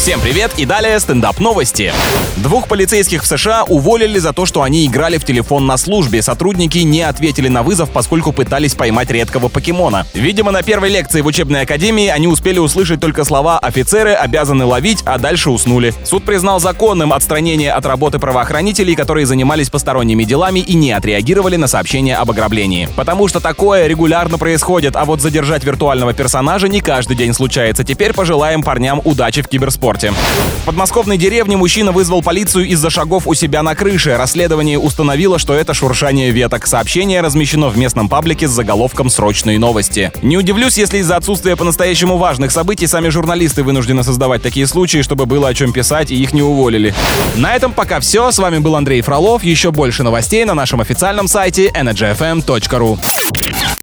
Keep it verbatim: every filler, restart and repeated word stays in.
Всем привет и далее стендап-новости. Двух полицейских в США уволили за то, что они играли в телефон на службе. Сотрудники не ответили на вызов, поскольку пытались поймать редкого покемона. Видимо, на первой лекции в учебной академии они успели услышать только слова «офицеры обязаны ловить», а дальше уснули. Суд признал законным отстранение от работы правоохранителей, которые занимались посторонними делами и не отреагировали на сообщения об ограблении. Потому что такое регулярно происходит, а вот задержать виртуального персонажа не каждый день случается. Теперь пожелаем парням удачи в киберспорте. В подмосковной деревне мужчина вызвал полицию из-за шагов у себя на крыше. Расследование установило, что это шуршание веток. Сообщение размещено в местном паблике с заголовком «Срочные новости». Не удивлюсь, если из-за отсутствия по-настоящему важных событий сами журналисты вынуждены создавать такие случаи, чтобы было о чем писать и их не уволили. На этом пока все. С вами был Андрей Фролов. Еще больше новостей на нашем официальном сайте энерджи эф эм точка ру.